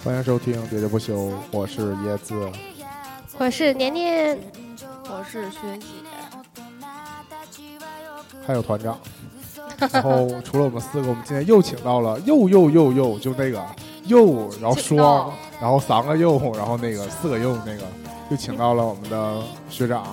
欢迎收听喋喋不休，我是椰子， 我是年年， 我是学姐， 还有团长。然后除了我们四个，我们今天又请到了又就那个又，然后双，然后三个又，然后那个四个又那个，又请到了我们的学长。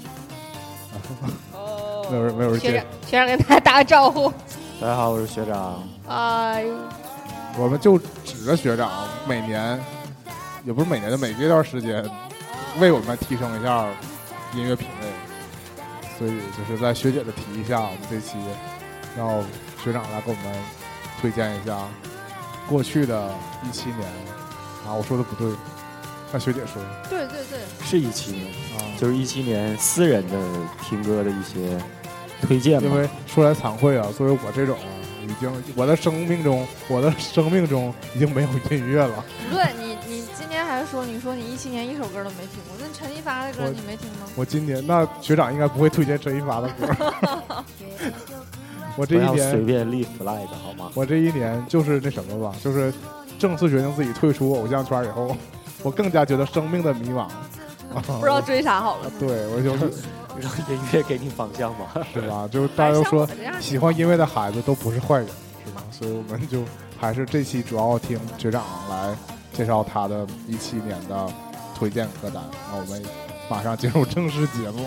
没有人学长跟大家打个招呼。 大家好，我是学长。 我们就指着学长每年，也不是每年的每隔一段时间，为我们提升一下音乐品味。所以就是在学姐的提议下，我们这期让学长来给我们推荐一下过去的17年啊，我说的不对，让学姐说。 对， 是17年啊，就是17年私人的听歌的一些推荐嘛。 因为说来惭愧啊，作为我这种我的生命中已经没有音乐了。 不对，你今天还说你17年一首歌都没听过，那陈一发的歌你没听吗？ 我今年那学长应该不会推荐陈一发的歌。我这一年随便立 flag 好吗？ 我这一年就是那什么吧，就是正式决定自己退出偶像圈以后，我更加觉得生命的迷茫， 不知道追啥好了。 对，我就是让音乐给你方向嘛， 是吧？就是大家都说喜欢音乐的孩子都不是坏人，是吧？所以我们就还是这期主要听学长来介绍他的17年的推荐歌单。那我们马上进入正式节目。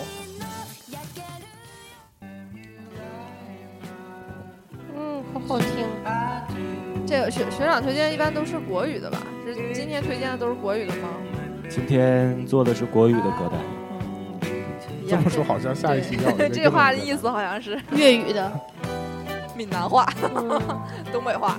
好听。 这个学长推荐一般都是国语的吧？是今天推荐的都是国语的吗？ 今天做的是国语的歌单。 这么说好像下一期要这个话的意思好像是粤语的、 闽南话、东北话。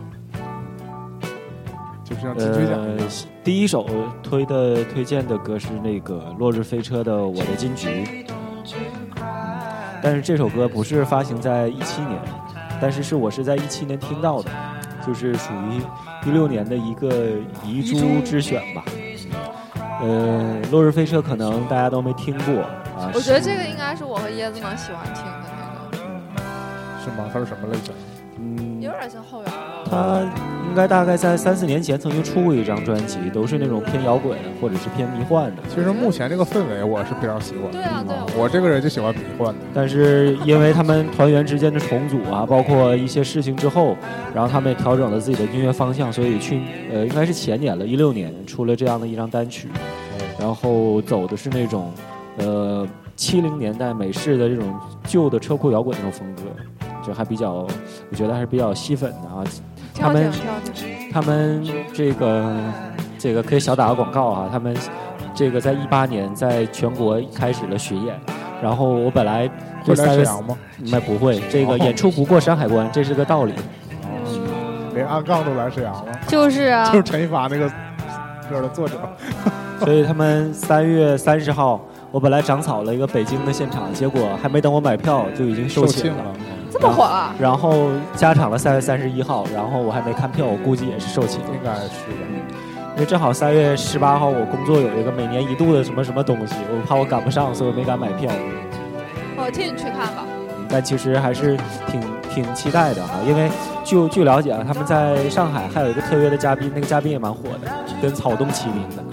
就是像金曲奖第一首推荐的歌是那个落日飞车的《我的金桔》，但是这首歌不是发行在17年，但是我是在17年听到的，就是属于16年的一个遗珠之选吧。落日飞车可能大家都没听过啊。 我觉得这个应该是我和椰子们喜欢听的那个。 是吗？它是什么类型？ 有点像后摇。 他应该大概在3-4年前曾经出过一张专辑，都是那种偏摇滚或者是偏迷幻的。 其实目前这个氛围我是非常喜欢的。 对啊， 我这个人就喜欢迷幻的。 但是因为他们团员之间的重组啊，包括一些事情之后，然后他们也调整了自己的音乐方向，所以应该是前年了，16年出了这样的一张单曲，然后走的是那种70年代美式的这种旧的车库摇滚那种风格，就还比较，我觉得还是比较吸粉的啊。他们这个可以小打个广告啊，他们这个在18年在全国开始了巡演，然后我本来会来沈阳吗？ 不会，这个演出不过山海关，这是个道理。 连安杠都来沈阳了， 就是啊， 就是陈一发那个歌的作者。 所以他们3月30号，我本来长草了一个北京的现场，结果还没等我买票就已经售罄了。 这么火啊！ 然后加场了3月31号，然后我还没看票，我估计也是售罄， 应该是的。 因为正好3月18号我工作有一个每年一度的什么东西，我怕我赶不上，所以我没敢买票。 我替你去看吧。 但其实还是挺期待的哈，因为据了解啊，他们在上海还有一个特约的嘉宾，那个嘉宾也蛮火的，跟草东齐名的。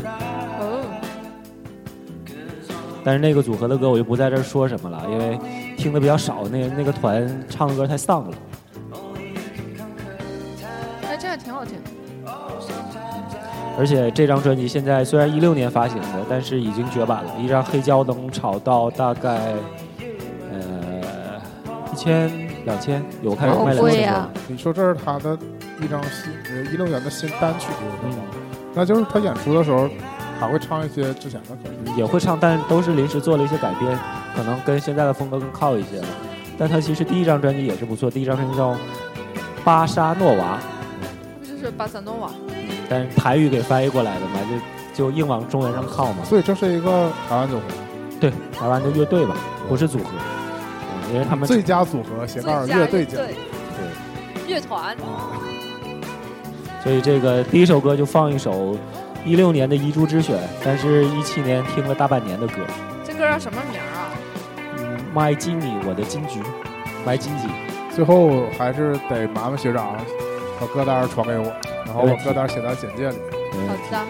但是那个组合的歌我就不在这儿说什么了，因为听的比较少，那个团唱的歌太丧了。 哎，这个挺好听。 而且这张专辑现在虽然16年发行的，但是已经绝版了，一张黑胶能炒到大概1000、2000，有开始卖2000 啊。 你说这是他的一张16年的新单曲，那就是他演出的时候还会唱一些之前的歌， 也会唱，但都是临时做了一些改编，可能跟现在的风格更靠一些了。但他其实第一张专辑也是不错，第一张专辑叫《巴沙诺娃》， 不就是巴萨诺瓦？ 但是台语给翻译过来的嘛，就硬往中文上靠嘛。 所以这是一个台湾组合， 对，台湾的乐队吧，不是组合，因为他们最佳组合斜杠乐队奖， 乐团。 所以这个第一首歌就放一首16年的遗珠之选，但是17年听了大半年的歌。 这歌叫什么名啊 ？My Genie， 我的金桔 ，My Genie。 最后还是得麻烦学长把歌单传给我，然后把歌单写在简介里。 好的，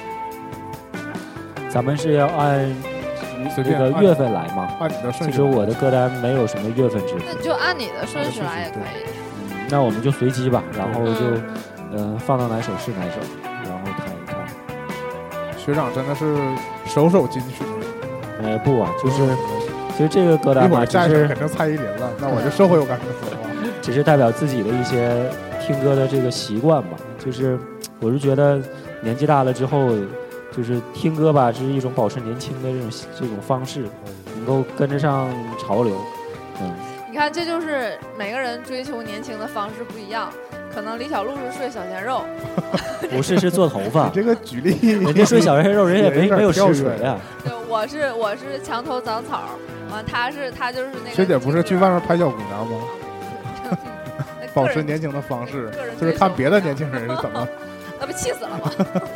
咱们是要按随便按这个月份来吗？ 按你的顺序。 其实我的歌单没有什么月份之分， 那就按你的顺序来也可以。 那我们就随机吧，然后就放到哪首是哪首，然后弹一弹。 学长真的是首首金曲。 不啊，就是其实这个歌单一会嘛， 儿站上只是肯定蔡依林了，那我就收回我刚才说的话。 只是代表自己的一些听歌的这个习惯吧。就是我是觉得年纪大了之后，就是听歌吧，是一种保持年轻的这种方式，能够跟得上潮流。 你看，这就是每个人追求年轻的方式不一样。可能李小璐是睡小鲜肉， 不是做头发。 这个举例， 人家睡小鲜肉，人家也没有吃水啊。 对，我是墙头长草，完他就是那个。 学姐不是去外面拍小姑娘吗？保持年轻的方式就是看别的年轻人是怎么， 那不气死了吗？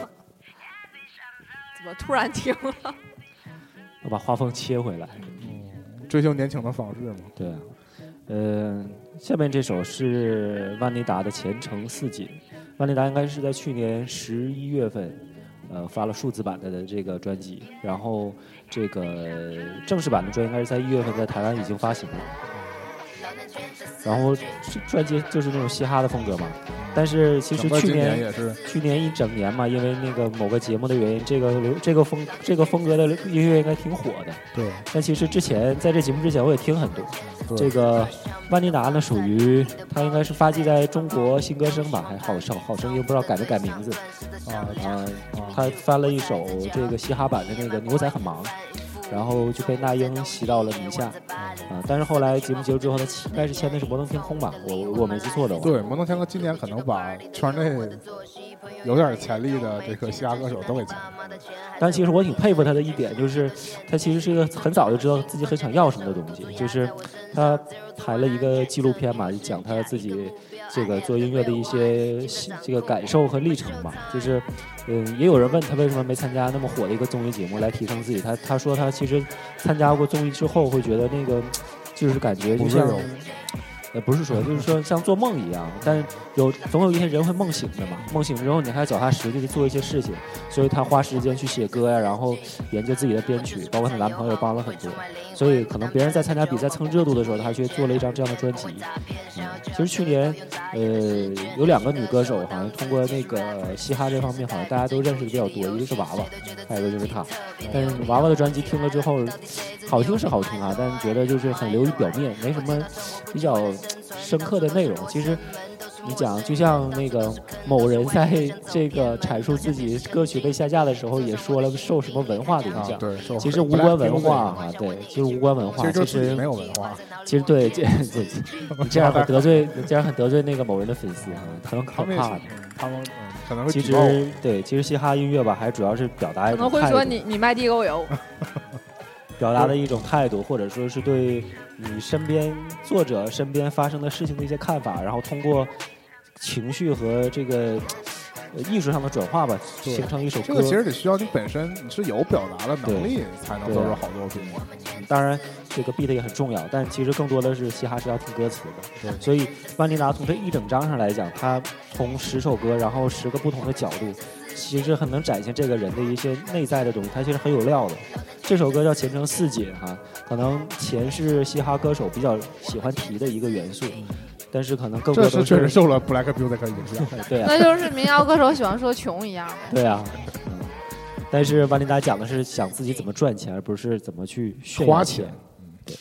怎么突然停了？ 我把画风切回来。 追求年轻的方式嘛。 对啊，下面这首是万妮达的《前程似锦》。万妮达应该是在去年11月份，发了数字版的这个专辑，然后这个正式版的专辑应该是在1月份在台湾已经发行了。然后专辑就是那种嘻哈的风格嘛，但是其实去年一整年嘛，因为那个某个节目的原因，这个风格的音乐应该挺火的。 对。 但其实之前在这节目之前我也听很多。这个万妮达呢，属于他应该是发迹在中国新歌声吧，还好声音不知道改没改名字他翻了一首这个嘻哈版的那个牛仔很忙。然后就被那英吸到了名下，但是后来节目结束之后，他应该是签的是摩登天空吧，我没记错的话。 对，摩登天空今年可能把圈内有点潜力的这个嘻哈歌手都给签了。 但其实我挺佩服他的一点，就是他其实是一个很早就知道自己很想要什么的东西，就是他拍了一个纪录片嘛，就讲他自己这个做音乐的一些这个感受和历程嘛，就是也有人问他为什么没参加那么火的一个综艺节目来提升自己，他说他其实参加过综艺之后会觉得那个就是感觉就像不是说就是说像做梦一样，但总有一天人会梦醒的嘛，梦醒之后你还要脚踏实地的做一些事情，所以他花时间去写歌呀，然后研究自己的编曲，包括他男朋友也帮了很多，所以可能别人在参加比赛蹭热度的时候，他却做了一张这样的专辑。其实去年有2个女歌手好像通过那个嘻哈这方面好像大家都认识的比较多，一个是娃娃，还有一个就是她。但是娃娃的专辑听了之后好听是好听啊，但是觉得就是很流于表面，没什么比较深刻的内容。其实你讲就像那个某人在这个阐述自己歌曲被下架的时候也说了受什么文化的影响， 对， 其实无关文化对，其实无关文化， 其实没有文化， 其实对你这样很得罪那个某人的粉丝，很可怕的。 他们可能会其实嘻哈音乐吧，还主要是表达一种态度， 可能会说你卖地沟油， 表达的一种态度，或者说是对你作者身边发生的事情的一些看法，然后通过情绪和这个艺术上的转化吧，形成一首歌。 这个其实得需要你本身你是有表达的能力，才能做出好作品。 当然，这个 beat 也很重要，但其实更多的是嘻哈是要听歌词的。所以万妮达从这一整张上来讲，他从10首歌，然后10个不同的角度，其实很能展现这个人的一些内在的东西，他其实很有料的。这首歌叫《前程似锦》哈，可能钱是嘻哈歌手比较喜欢提的一个元素。但是可能更多的这是确实受了 Black Music 影响， 对啊， 那就是民谣歌手喜欢说穷一样的。 对啊，但是万妮达讲的是想自己怎么赚钱，而不是怎么去炫耀钱。对。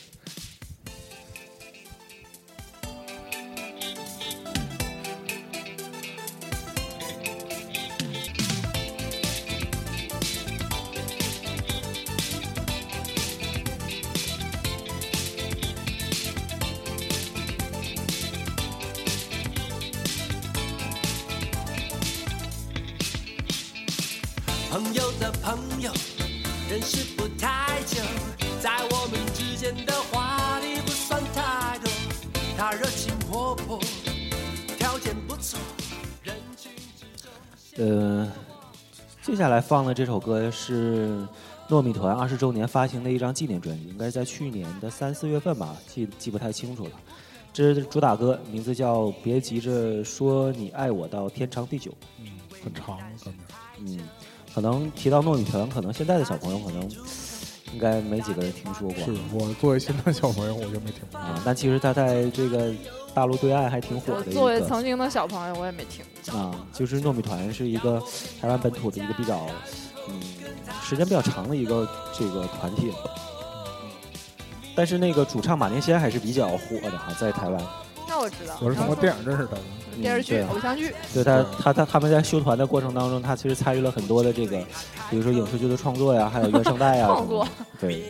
朋友的朋友，认识不太久，在我们之间的话题不算太多。他热情活泼，条件不错，人群之中。 接下来放的这首歌是糯米团20周年发行的一张纪念专辑，应该是在去年的3、4月份吧，记不太清楚了。这是主打歌，名字叫《别急着说你爱我到天长地久》。 很长感觉。 可能提到糯米团，可能现在的小朋友可能应该没几个人听说过。 是我作为现在小朋友，我就没听过但其实他在这个大陆对岸还挺火的一个。 作为曾经的小朋友，我也没听过。 就是糯米团是一个台湾本土的一个比较时间比较长的一个这个团体。但是那个主唱马念先还是比较火的哈，在台湾。 那我知道， 我是通过电影认识他的。 电视剧、偶像剧。 对他们在修团的过程当中，他其实参与了很多的这个，比如说影视剧的创作呀，还有原声带呀。 创作。 对。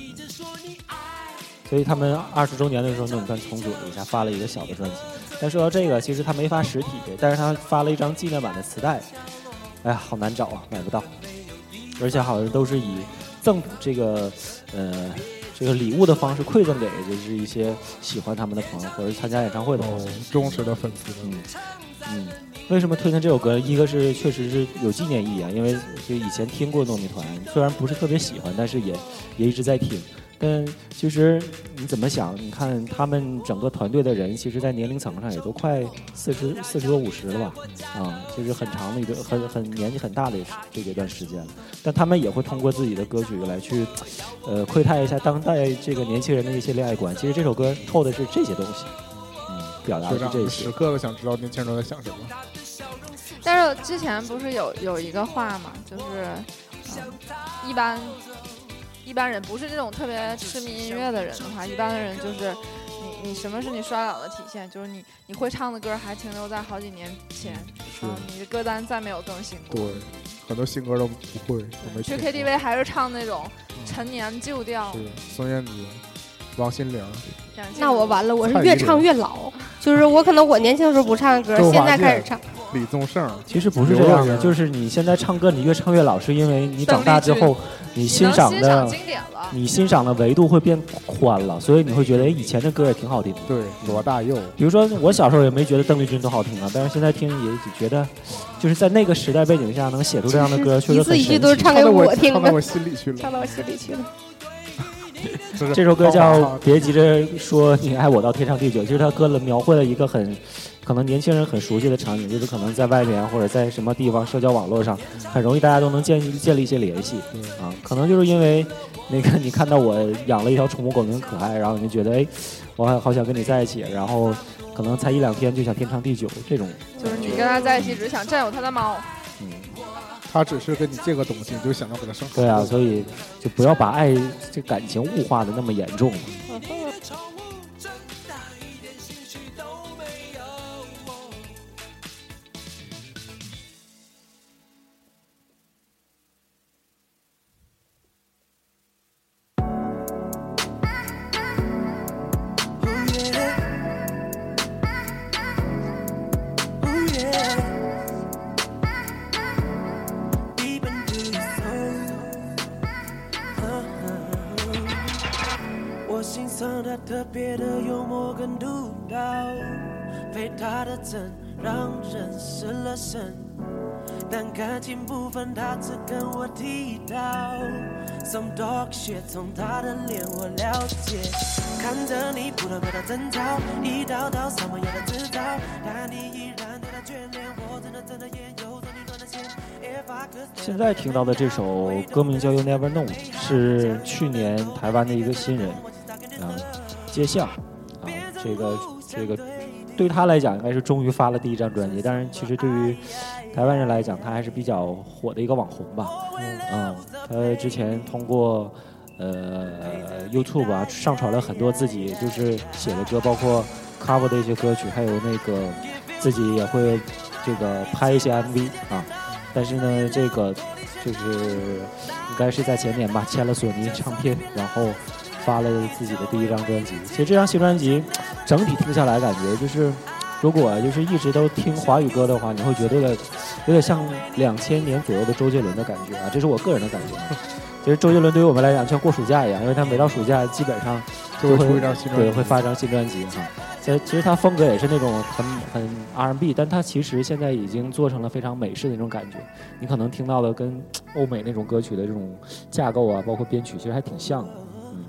所以他们20周年的时候，糯米团重组了一下，发了一个小的专辑。但说到这个，其实他没发实体，但是他发了一张纪念版的磁带。哎呀，好难找啊，买不到。而且好像都是以赠这个礼物的方式馈赠给就是一些喜欢他们的朋友或者参加演唱会的忠实的粉丝。 为什么推荐这首歌？一个是确实是有纪念意义啊，因为就以前听过糯米团，虽然不是特别喜欢，但是也一直在听。但其实你怎么想？你看他们整个团队的人，其实在年龄层上也都快40多50了吧？其实很长的一个很年纪很大的这个一段时间了。但他们也会通过自己的歌曲来去，窥探一下当代这个年轻人的一些恋爱观。其实这首歌透的是这些东西，表达的是这些。 时刻的想知道年轻人都在想什么。 但是之前不是有一个话嘛，就是一般人不是这种特别痴迷音乐的人的话，一般的人就是你什么是你衰老的体现？就是你会唱的歌还停留在好几年前，你的歌单再没有更新过。 对，很多新歌都不会， 去 KTV 还是唱那种陈年旧调。 是孙燕姿、王心凌。 那我完了，我是越唱越老。就是我可能我年轻的时候不唱歌，现在开始唱。 李宗盛。 其实不是这样的，就是你现在唱歌你越唱越老，是因为你长大之后你欣赏的维度会变宽了，所以你会觉得以前的歌也挺好听的。 对，罗大佑。 比如说我小时候也没觉得邓丽君多好听啊，但是现在听也觉得，就是在那个时代背景下能写出这样的歌，确实很神奇。 一字一句都是唱给我听的， 唱到我心里去了。 唱到我心里去了。 这首歌叫《别急着说你爱我到天长地久》，其实它歌描绘了一个可能年轻人很熟悉的场景，就是可能在外面或者在什么地方社交网络上，很容易大家都能建立一些联系可能就是因为那个你看到我养了一条宠物狗很可爱，然后你就觉得我好想跟你在一起，然后可能才1-2天就想天长地久，这种就是你跟他在一起只想占有他的猫。 他只是跟你借个东西，你就想到给他生活。 对啊，所以就不要把爱这感情物化的那么严重。 特别的幽默跟独到，非他的真让人失了神，但感情部分他只跟我提到 Some dog shit， 从他的脸我了解，看着你不断被他争吵，一道道什么样的制造，但你依然对他眷恋，我真的也有着你断的线。 现在听到的这首歌名叫 You Never Know， 是去年台湾的一个新人街巷这个对他来讲应该是终于发了第一张专辑，但是其实对于台湾人来讲他还是比较火的一个网红吧。他之前通过YouTube 上传了很多自己就是写的歌，包括 cover 的一些歌曲，还有那个自己也会这个拍一些 MV 但是呢这个就是应该是在前年吧签了索尼唱片，然后发了自己的第一张专辑。其实这张新专辑整体听下来感觉就是如果就是一直都听华语歌的话，你会觉得有点像2000年左右的周杰伦的感觉这是我个人的感觉。其实周杰伦对于我们来讲像过暑假一样，因为他每到暑假基本上就会出一张新专辑， 对，会发一张新专辑其实他风格也是那种很 R&B， 但他其实现在已经做成了非常美式的那种感觉。你可能听到的跟欧美那种歌曲的这种架构包括编曲其实还挺像的。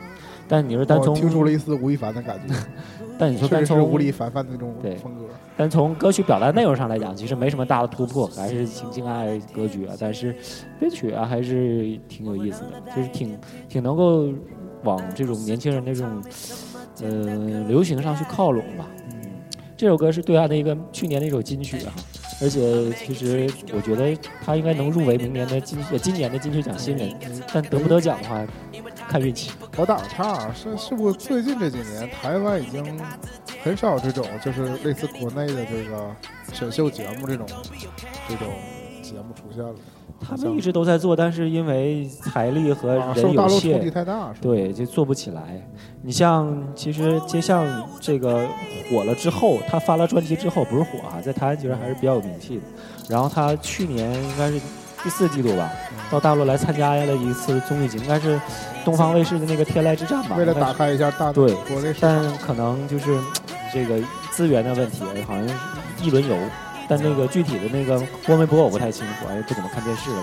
但你说单从听出了一丝吴亦凡的感觉， 但你说单从吴亦凡的那种风格。 但从歌曲表达内容上来讲，其实没什么大的突破，还是情情爱爱歌曲啊。但是编曲啊还是挺有意思的，就是挺能够往这种年轻人那种流行上去靠拢吧。这首歌是对岸的去年的一首金曲啊，而且其实我觉得他应该能入围今年的金曲奖新人，但得不得奖的话看运气。 我打个岔，是不是最近这几年台湾已经很少这种就是类似国内的这个选秀节目这种节目出现了？ 他们一直都在做，但是因为财力和人有限， 受大陆冲击太大， 对，就做不起来。你像其实街巷这个火了之后，他发了专辑之后不是火啊，在台湾其实还是比较有名气的。然后他去年应该是第4季度吧，到大陆来参加了一次综艺节目，应该是东方卫视的那个《天籁之战》吧。 为了打开一下大对国内市场， 但可能就是这个资源的问题，好像是一轮游。但那个具体的那个播没播我不太清楚，不怎么看电视了。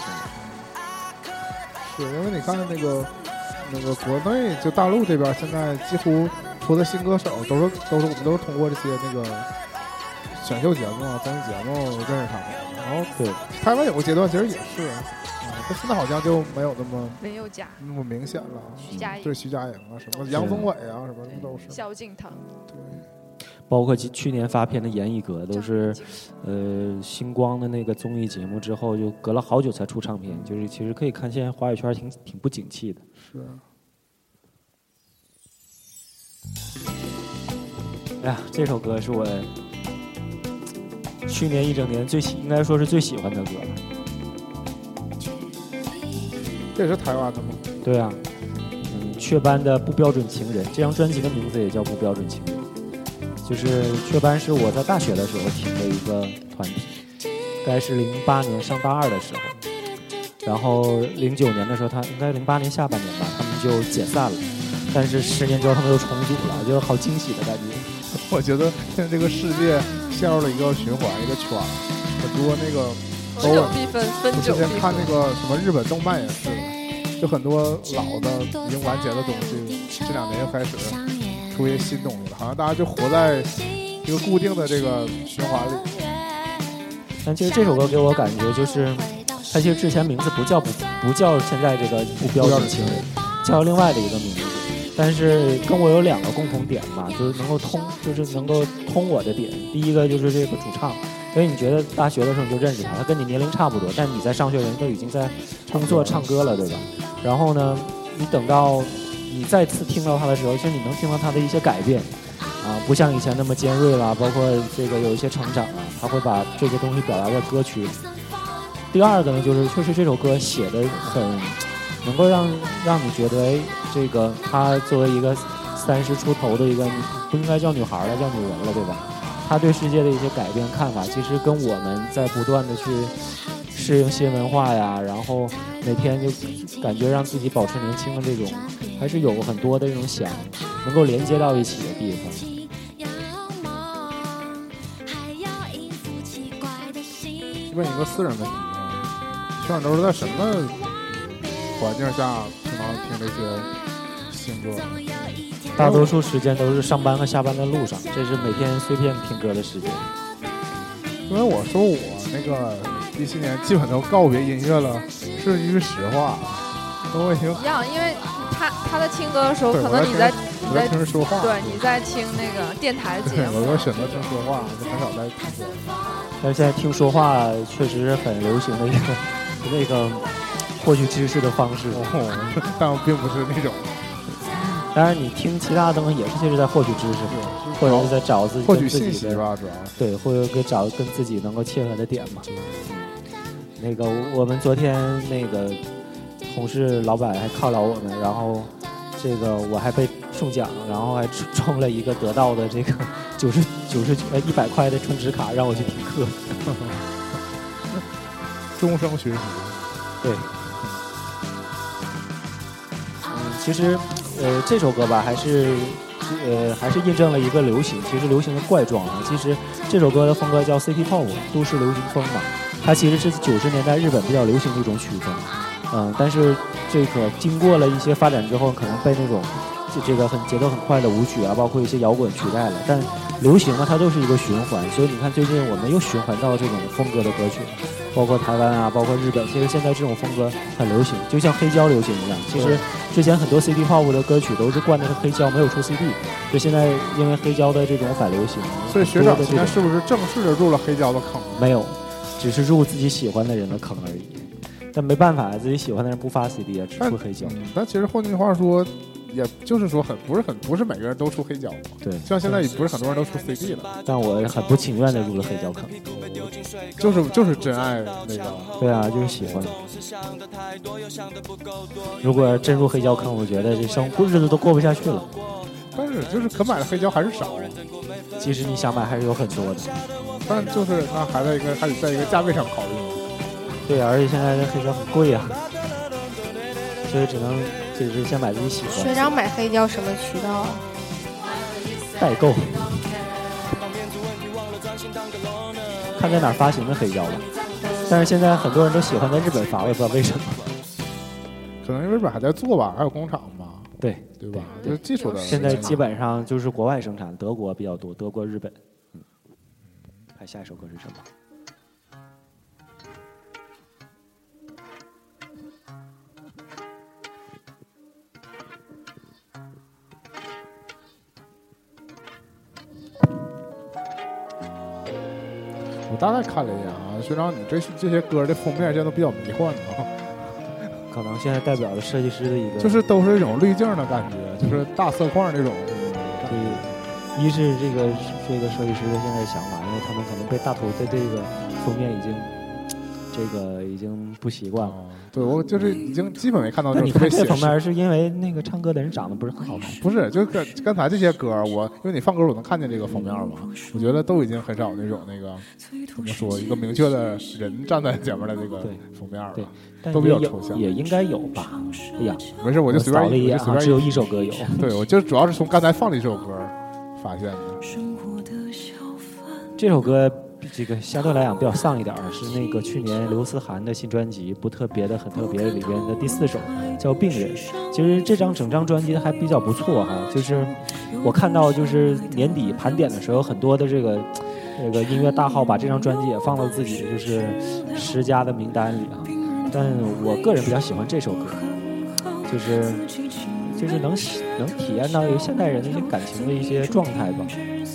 是因为你看那个国内就大陆这边现在几乎出的新歌手我们都是通过这些那个选秀节目啊综艺节目认识他们。然后对台湾有个阶段其实也是但现在好像就没有那么林宥嘉那么明显了。 徐佳莹对徐佳莹啊什么杨宗纬啊什么都是。 萧敬腾。 对。 包括去年发片的严艺格都是，星光的那个综艺节目之后，就隔了好久才出唱片，就是其实可以看现在华语圈挺不景气的。 是。 哎呀，这首歌是我去年一整年应该说是最喜欢的歌了。 这也是台湾的吗？ 对啊，雀斑的《不标准情人》这张专辑的名字也叫《不标准情人》。就是雀斑是我在大学的时候听的一个团体，该是08年上大2的时候，然后09年的时候，他应该08年下半年吧，他们就解散了，但是10年之后他们又重组了，就好惊喜的感觉。 我觉得现在这个世界陷入了一个循环，一个圈，很多那个分久必分，分久必分。 之前看那个什么日本动漫也是，就很多老的已经完结的东西，这2年又开始出一些新东西了，好像大家就活在一个固定的这个循环里。 但其实这首歌给我感觉就是，它其实之前名字不叫现在这个不标准情人，叫另外的一个名字，但是跟我有2个共同点吧，就是能够通我的点。第一个就是这个主唱，因为你觉得大学的时候你就认识他跟你年龄差不多，但你在上学人都已经在工作唱歌了，对吧？然后呢，你等到你再次听到他的时候，其实你能听到他的一些改变，不像以前那么尖锐啦，包括这个有一些成长啊，他会把这些东西表达在歌曲里。第二个呢，就是确实这首歌写的很能够让你觉得，这个他作为一个30出头的一个，不应该叫女孩了，叫女人了，对吧？他对世界的一些改变看法，其实跟我们在不断的去适应新文化呀，然后每天就感觉让自己保持年轻的这种，还是有很多的这种能够连接到一起的地方。 问一个私人问题像都是在什么环境下经常听这些新歌？ 大多数时间都是上班和下班的路上，这是每天碎片听歌的时间。 因为我说我那个17年基本都告别音乐了，是一句实话。我已经一样，因为他在听歌的时候，可能你在听说话， 对，你在听那个电台节目， 我就选择听说话，就很少在听歌。 但是现在听说话确实是很流行的一个那个获取知识的方式， 但我并不是那种。 当然，你听其他的东西也是就是在获取知识，或者是在找自己获取信息吧，主要对，或者找跟自己能够切合的点嘛。那个我们昨天那个同事老板还犒劳我们，然后这个我还被中奖，然后还中了一个得到的这个100块的充值卡，让我去听课。 终生学习。 对。其实这首歌吧，还是印证了一个流行，其实流行的怪状啊。其实这首歌的风格叫 City Pop， 都市流行风嘛。它其实是90年代日本比较流行的一种曲风，但是这个经过了一些发展之后，可能被那种这个很节奏很快的舞曲啊，包括一些摇滚取代了。但流行呢，它都是一个循环，所以你看最近我们又循环到这种风格的歌曲，包括台湾啊，包括日本，其实现在这种风格很流行，就像黑胶流行一样。其实之前很多 CD pop 的歌曲都是灌的是黑胶，没有出 CD， 就现在因为黑胶的这种反流行， 所以学长现在是不是正式的入了黑胶的坑？ 没有，只是入自己喜欢的人的坑而已。但没办法，自己喜欢的人不发 CD 啊，只出黑胶。 但其实换句话说，也就是说不是每个人都出黑胶嘛。 对， 像现在也不是很多人都出 CD 了。 但我很不情愿的入了黑胶坑。 就是真爱那个。 对啊，就是喜欢。如果真入黑胶坑，我觉得这日子都过不下去了。 但是就是可买的黑胶还是少。 其实你想买还是有很多的。 但就是那还得在一个价位上考虑。 对啊，而且现在这黑胶很贵啊，所以只能就是先买自己喜欢。 学长买黑胶什么渠道啊？ 代购，看在哪儿发行的黑胶吧。但是现在很多人都喜欢在日本发，我也不知道为什么。 可能因为日本还在做吧，还有工厂吧。 对吧？就是技术的。 现在基本上就是国外生产，德国比较多，德国、日本。看下一首歌是什么？ 我大概看了一眼啊，学长，你这些歌的封面现在都比较迷幻啊。 可能现在代表了设计师的一个， 就是都是一种滤镜的感觉，就是大色块那种。 对，一是这个设计师的现在想法，因为他们可能被大头对这个封面已经不习惯了。 对，我就是已经基本没看到这种特别写实。你看这封面是因为那个唱歌的人长得不是很好看。 不是，就刚才这些歌，因为你放歌我能看见这个封面嘛，我觉得都已经很少那种怎么说一个明确的人站在前面的这个封面了。 对， 都比较抽象。 也应该有吧？哎呀， 没事，我就随便扫了一眼，只有一首歌有。 对，我就主要是从刚才放的一首歌发现的。 这首歌。这个相对来讲比较丧一点，是那个去年刘思涵的新专辑《不特别的很特别》里边的第4首，叫《病人》。其实整张专辑还比较不错哈，就是我看到就是年底盘点的时候，很多的这个音乐大号把这张专辑也放到自己就是10佳的名单里啊。但我个人比较喜欢这首歌，就是能体验到一个现代人的一些感情的一些状态吧。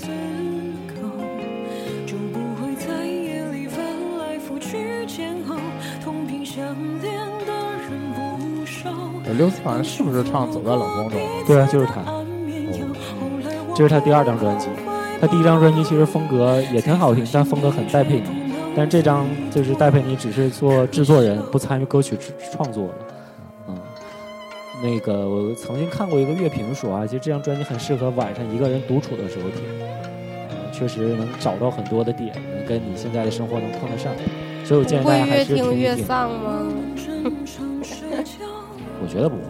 刘思涵是不是唱《走在冷风中》？ 对啊，就是他。这是他第2张专辑。他第1张专辑其实风格也挺好听，但风格很戴佩妮。但这张就是戴佩妮只是做制作人，不参与歌曲创作了。那个我曾经看过一个乐评说啊，其实这张专辑很适合晚上一个人独处的时候听。确实能找到很多的点，跟你现在的生活能碰得上。所以我建议大家还是听一听。 会越听越丧吗？ 我觉得不会，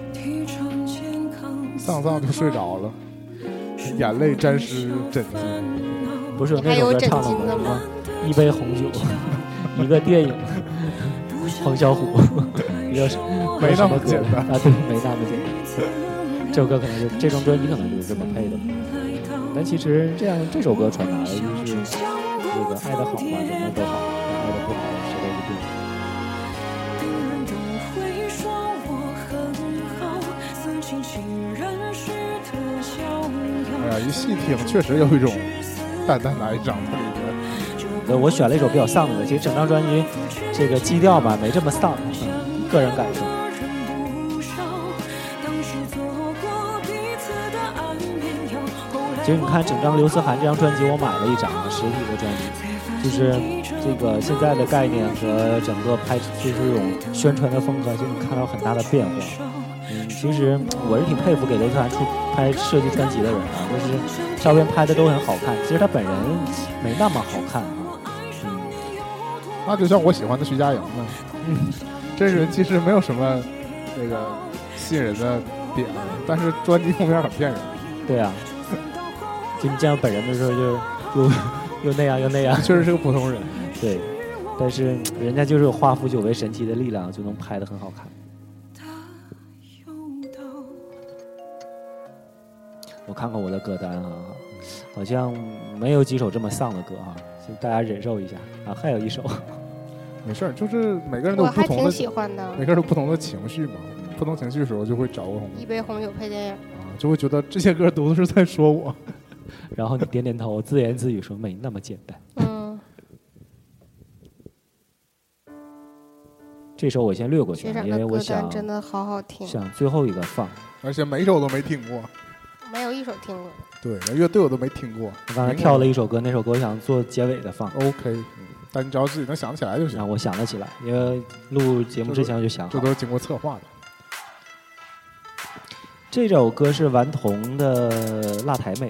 丧就睡着了，眼泪沾湿枕巾。 不是那首歌唱的吗？一杯红酒，一个电影，黄小琥，一个没那么简单啊，对，没那么简单。这首歌可能这张专辑可能就是这么配的，但其实这首歌传达的就是这个爱的好吧，怎么都好，爱的不好，谁都是病。 哎呀，一细听确实有一种淡淡的哀伤在里边。 我选了一首比较丧的，其实整张专辑这个基调吧没这么丧，个人感受。其实你看整张刘思涵这张专辑，我买了一张实体的专辑，就是这个现在的概念和整个就是这种宣传的风格，就能看到很大的变化。其实我是挺佩服给刘思涵拍设计专辑的人啊，就是照片拍的都很好看，其实他本人没那么好看啊。 那就像我喜欢的徐佳莹呢，这人其实没有什么那个吸引人的点，但是专辑封面很骗人。 对啊，就你见到本人的时候又那样又那样， 确实是个普通人。 对，但是人家就是有化腐朽为神奇的力量，就能拍得很好看。 我看看我的歌单啊，好像没有几首这么丧的歌啊，就大家忍受一下啊。还有一首， 没事儿，就是每个人都有不同的， 我还挺喜欢的。 每个人都有不同的情绪嘛，不同情绪的时候就会找个一杯红酒配电影啊，就会觉得这些歌都是在说我。 然后你点点头，自言自语说没那么简单。这首我先略过去，因为我想真的好好听， 想最后一个放， 而且每一首都没听过， 没有一首听过。 对，那乐队我都没听过。 我刚才跳了一首歌，那首歌我想做结尾的放。 OK，但你只要自己能想起来就行。 我想得起来，因为录节目之前我就想好， 这都是经过策划的。 这首歌是顽童的《辣台妹》。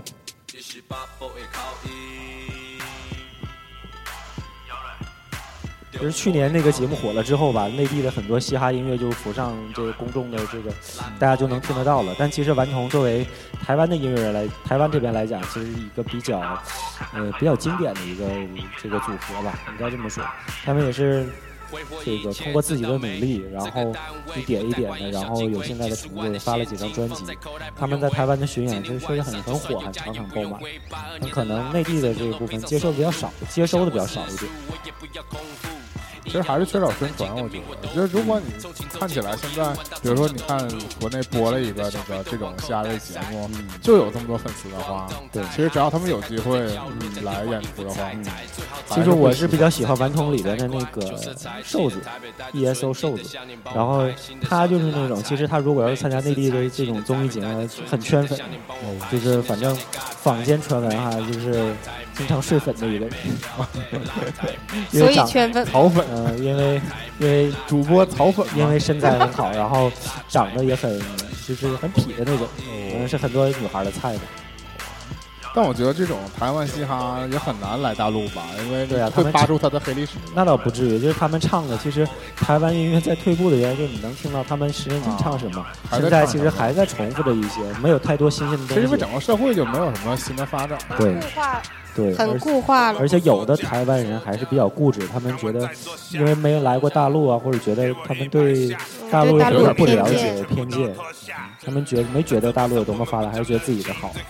就是去年那个节目火了之后吧，内地的很多嘻哈音乐就浮上这个公众的这个，大家就能听得到了。但其实顽童作为台湾的音乐人来，台湾这边来讲，其实一个比较经典的一个这个组合吧，应该这么说。他们也是这个通过自己的努力，然后一点一点的，然后有现在的成就，也发了几张专辑。他们在台湾的巡演其实确实很火，还场场爆满。但可能内地的这一部分接收的比较少一点。 其实还是缺少宣传，我觉得。我觉得如果你看起来现在，比如说你看国内播了一个这种嘻哈类节目，就有这么多粉丝的话，对，其实只要他们有机会来演出的话， 其实我是比较喜欢顽童里边的那个瘦子 ESO 瘦子，然后他就是那种，其实他如果要是参加内地的这种综艺节目，很圈粉，就是反正坊间传闻哈，就是经常睡粉的一个人， 所以圈粉草粉。 因为主播草粉， 因为身材很好，然后长得也很就是很痞的那种，是很多女孩的菜的。 但我觉得这种台湾嘻哈也很难来大陆吧，因为对啊， 会扒出他的黑历史。 那倒不至于，就是他们唱的，其实台湾音乐在退步的原因，就是你能听到他们10年前唱什么，现在其实还在重复着一些，没有太多新鲜的东西。 其实因为整个社会就没有什么新的发展， 对， 很固化了。 而且有的台湾人还是比较固执，他们觉得因为没来过大陆啊，或者觉得他们对大陆有点不了解、有偏见，他们没觉得大陆有多么发达，还是觉得自己的好。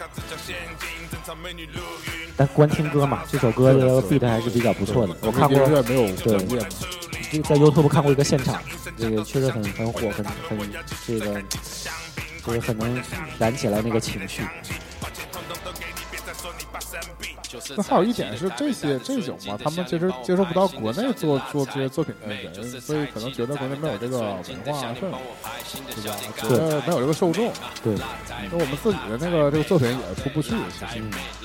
但光听歌嘛，这首歌的 beat 还是比较不错的。我看过， 没有对， 在 YouTube 看过一个现场，这个确实很火，很这个就是很能燃起来那个情绪。 那还有一点是这种嘛，他们其实接受不到国内做这些作品的人，所以可能觉得国内没有这个文化氛围，对吧？觉得没有这个受众。 对， 那我们自己的这个作品也出不去，其实。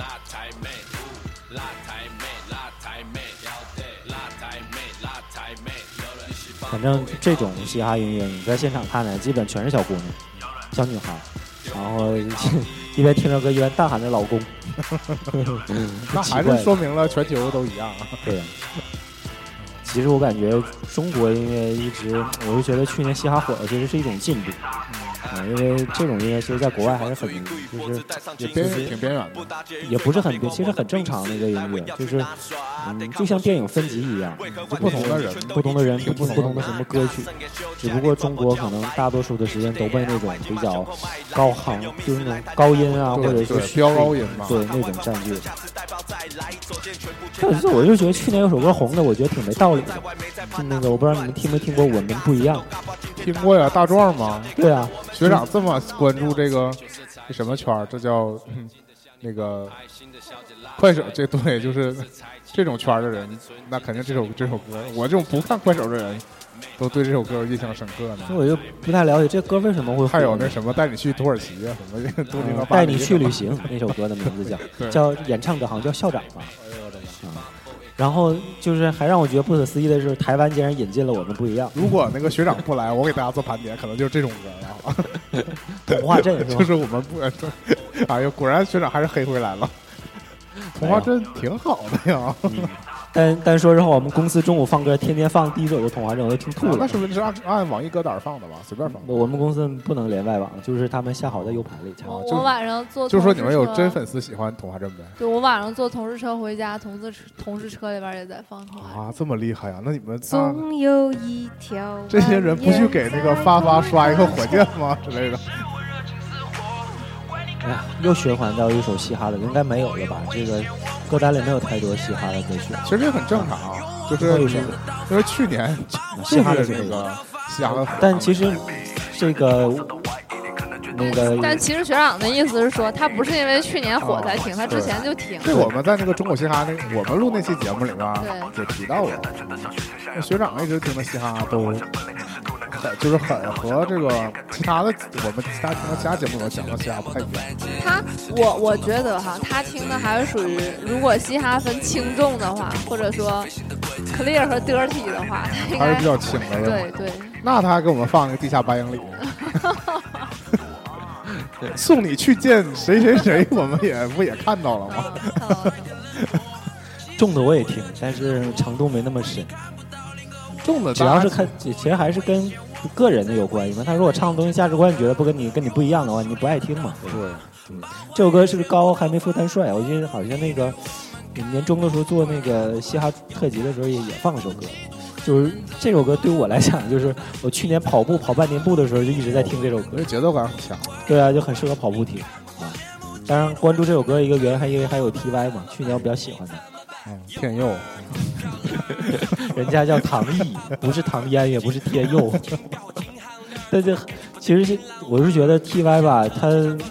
反正这种嘻哈音乐，你在现场看呢，基本全是小姑娘、小女孩，然后一边听着歌一边大喊着老公。 那还是说明了全球都一样。 对。其实我感觉中国音乐一直，我就觉得去年嘻哈火了，其实是一种进步。因为这种音乐其实在国外还是很就是挺边缘的， 也不是很边，其实很正常的一个音乐，就是就像电影分级一样，就不同的人听不同的什么歌曲，只不过中国可能大多数的时间都被那种比较高行，就是那种高音啊，或者是飙高音嘛， 对那种占据。这我就觉得去年有首歌红的，我觉得挺没道理的，就那个我不知道你们听没听过《我们不一样》。 听过呀，大壮吗？ 对啊， 学长这么关注这什么圈儿？这叫那个快手，这对，就是这种圈的人，那肯定这首歌，我这种不看快手的人，都对这首歌印象深刻呢。 我就不太了解这歌为什么会。 还有那什么带你去土耳其啊，什么都那个带你去旅行那首歌的名字叫演唱者好像叫校长吧。然后就是还让我觉得不可思议的是，台湾竟然引进了《我们不一样》。 如果那个学长不来，我给大家做盘点，可能就是这种歌了。 童话镇是吧？ 就是我们不，哎呀，果然学长还是黑回来了。童话镇挺好的呀。 但说实话，我们公司中午放歌，天天放第一首就《童话镇》，我都听吐了。 那是不是按网易歌单放的吧？随便放。 我们公司不能连外网，就是他们下好在 U 盘里。 我晚上坐， 就是说你们有真粉丝喜欢《童话镇》呗？ 对，我晚上坐同事车回家，同事车里边也在放。 啊，这么厉害呀！那你们总有一条这些人不去给那个发刷一个火箭吗之类的？ 哎呀，又循环到一首嘻哈的，应该没有了吧？这个歌单里没有太多嘻哈的歌曲。 其实这很正常，就是因为去年嘻哈的这个嘻哈的， 但其实这个那个， 但其实学长的意思是说，他不是因为去年火才听，他之前就听。 对，我们在那个中国嘻哈我们录那期节目里面也提到了，那学长一直听的嘻哈都就是很和这个其他的我们其他节目里讲的嘻哈不太一样。 我觉得哈，他听的还是属于，如果嘻哈分轻重的话，或者说 clear 和 dirty 的话，他应该还是比较轻的。 对对。 那他还给我们放那个地下8英里。送你去见谁谁谁，我们不也看到了吗？ 重的我也听，但是程度没那么深。 重的主要是看，其实还是跟个人的有关系嘛。他如果唱的东西价值观你觉得跟你不一样的话，你不爱听嘛。对，这首歌是高还没富但帅，我记得好像那个年中的时候做那个嘻哈特辑的时候也放了首歌。就是这首歌对于我来讲，就是我去年跑半年步的时候就一直在听这首歌， 节奏感很强。 对啊，就很适合跑步听啊。当然，关注这首歌一个原因因为还有 TY 嘛，去年我比较喜欢他。 天佑， 人家叫唐毅，不是唐嫣，也不是天佑。但是其实我是觉得 TY 吧，他，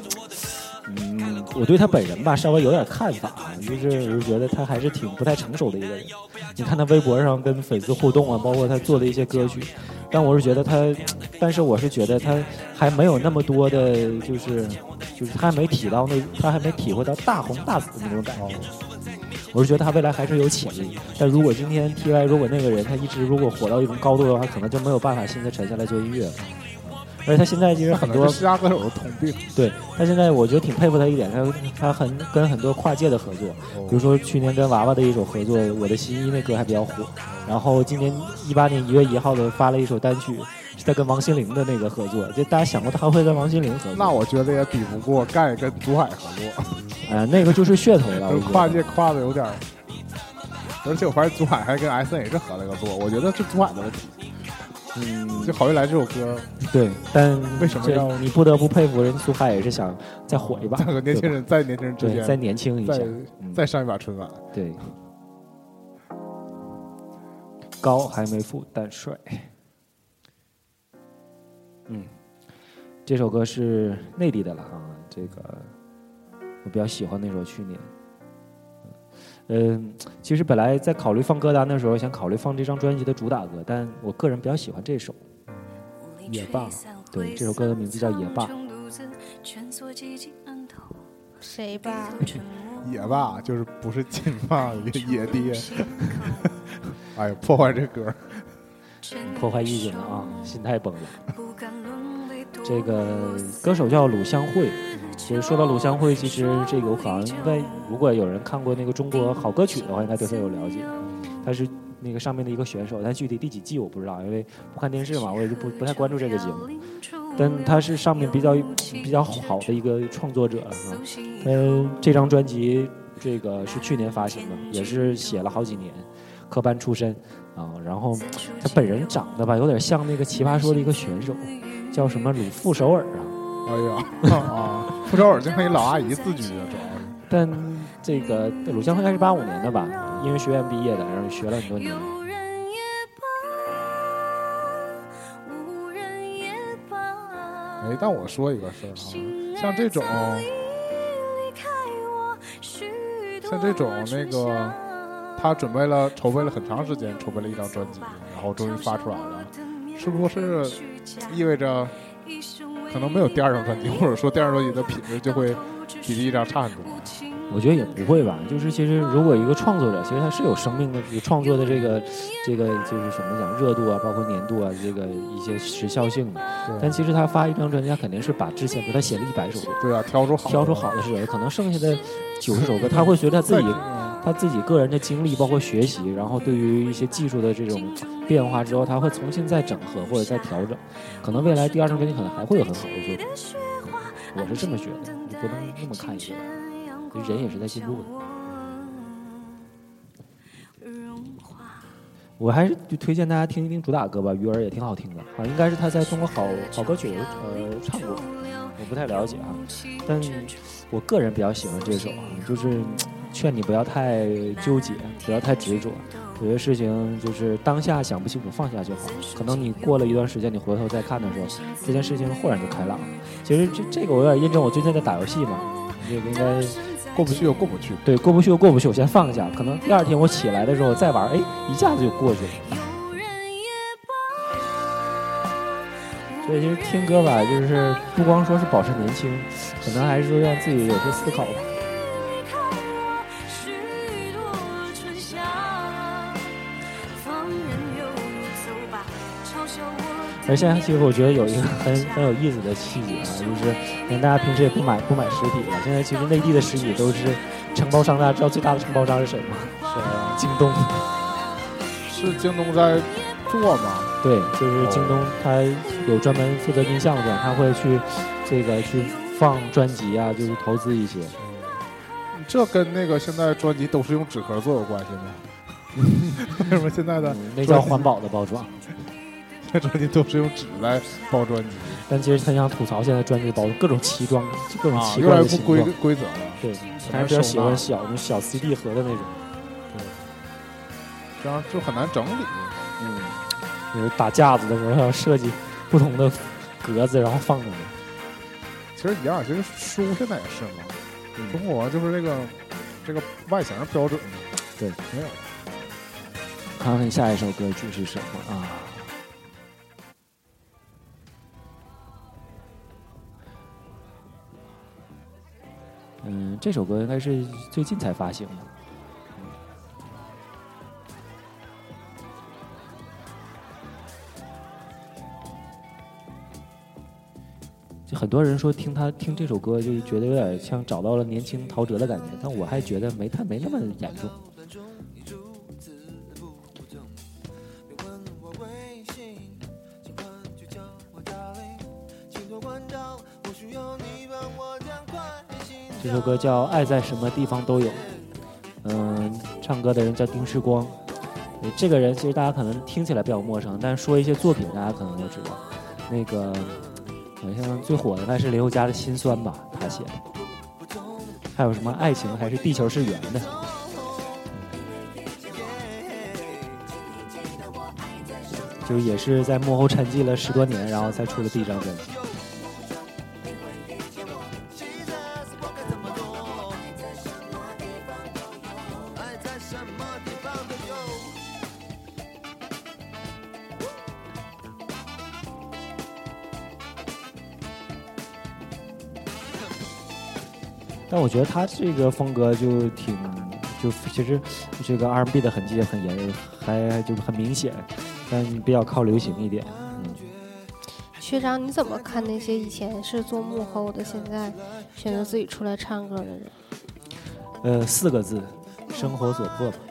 我对他本人吧稍微有点看法，就是我是觉得他还是挺不太成熟的一个人。你看他微博上跟粉丝互动啊，包括他做的一些歌曲，但我是觉得但是我是觉得他还没有那么多的，就是他还没体会到大红大紫的那种感觉。我是觉得他未来还是有潜力，但如果今天 TY 如果那个人他一直如果火到一种高度的话，可能就没有办法现在沉下来做音乐了。而且他现在其实很多嘻哈歌手的通病。 对，他现在我觉得挺佩服他一点，他跟很多跨界的合作，比如说去年跟娃娃的一首合作《我的新衣》那歌还比较火，然后今年18年1月1号的发了一首单曲，是他跟王心凌的那个合作，就大家想过他会跟王心凌合作？ 那我觉得也比不过盖跟祖海合作。 那个就是噱头了， 跨界跨的有点，而且我发现祖海还跟 SNH 合了个作，我觉得是祖海的问题。就好运来这首歌， 对，但为什么你不得不佩服人苏海也是想再火一把， 和年轻人在年轻人之间再年轻一下， 再上一把春晚。 对，高还没富但帅。这首歌是内地的了啊，这个我比较喜欢那首去年。其实本来在考虑放歌单的时候，想考虑放这张专辑的主打歌，但我个人比较喜欢这首《野霸》。对，这首歌的名字叫《野霸》。 谁霸？ 野霸就是不是金霸野爹。哎呀，破坏这歌， 破坏意境了啊，心态崩了。这个歌手叫鲁香慧。其实说到鲁香慧，其实这个我好像如果有人看过那个中国好歌曲的话，应该对他有了解。他是那个上面的一个选手，但具体第几季我不知道，因为不看电视嘛，我也就不太关注这个节目。但他是上面比较好的一个创作者啊。这张专辑这个是去年发行的，也是写了好几年，科班出身啊。然后他本人长得吧，有点像那个奇葩说的一个选手，叫什么鲁傅首尔啊。 哎呀啊！傅首尔就跟一老阿姨自居的，主要是。 但这个鲁香慧应该是85年的吧，音乐学院毕业的，然后学了很多年。 哎，但我说一个事儿哈，像这种那个，他筹备了很长时间，筹备了一张专辑，然后终于发出来了，是不是意味着？可能没有第二张专辑，或者说第二张专辑的品质就会比第一张差很多。 我觉得也不会吧，就是其实如果一个创作者，其实他是有生命的，有创作的这个就是什么讲热度啊，包括年度啊，这个一些时效性的。但其实他发一张专辑，他肯定是把之前他写了100首歌， 对啊，挑出好的是有，可能剩下的90首歌，他会随着他自己个人的经历，包括学习，然后对于一些技术的这种变化之后，他会重新再整合或者再调整，可能未来第二张专辑可能还会有很好的作品。我是这么觉得，你不能那么看一个人也是在进步的。 我还是就推荐大家听一听主打歌吧，《鱼儿》也挺好听的啊，应该是他在中国好歌曲唱过，我不太了解啊，但我个人比较喜欢这首啊，就是劝你不要太纠结，不要太执着，有些事情就是当下想不清楚放下就好，可能你过了一段时间，你回头再看的时候，这件事情豁然就开朗。其实这个我有点印证我最近在打游戏嘛，这个应该过不去又过不去， 对，过不去又过不去，我先放下，可能第二天我起来的时候再玩，哎，一下子就过去了。所以其实听歌吧，就是不光说是保持年轻，可能还是说让自己有些思考吧。而现在其实我觉得有一个很有意思的细节啊，就是可能大家平时也不买实体了，现在其实内地的实体都是承包商，大家知道最大的承包商是谁吗？是京东。 是京东在做吗？ 对，就是京东，它有专门负责音像的，他会去去放专辑啊，就是投资一些。 这跟那个现在专辑都是用纸壳做有关系吗？为什么现在的那叫环保的包装？ 现在专辑都是用纸来包专辑， 但其实很想吐槽现在专辑包装各种奇装，各种奇越来越不怪的形状规则了。 对，还是比较喜欢小 CD 盒的那种。 对，这样就很难整理。 就是打架子的时候要设计不同的格子，然后放进去。 其实一样，其实书现在也是嘛。中国就是这个外形标准， 对， 没有。 看看下一首歌曲是什么啊？这首歌应该是最近才发行的。就很多人说听这首歌，就觉得有点像找到了年轻陶喆的感觉，但我还觉得没那么严重。这首歌叫《爱在什么地方都有》，唱歌的人叫丁世光。这个人其实大家可能听起来比较陌生，但是说一些作品大家可能都知道。那个好像最火的应该是林宥嘉的《心酸》吧，他写的。还有什么爱情还是地球是圆的？就也是在幕后沉寂了10多年，然后才出了第一张专辑。但我觉得他这个风格就其实这个 R&B 的痕迹也很严，还就是很明显，但比较靠流行一点。 学长，你怎么看那些以前是做幕后的，现在选择自己出来唱歌的人 ？4个字，生活所迫吧。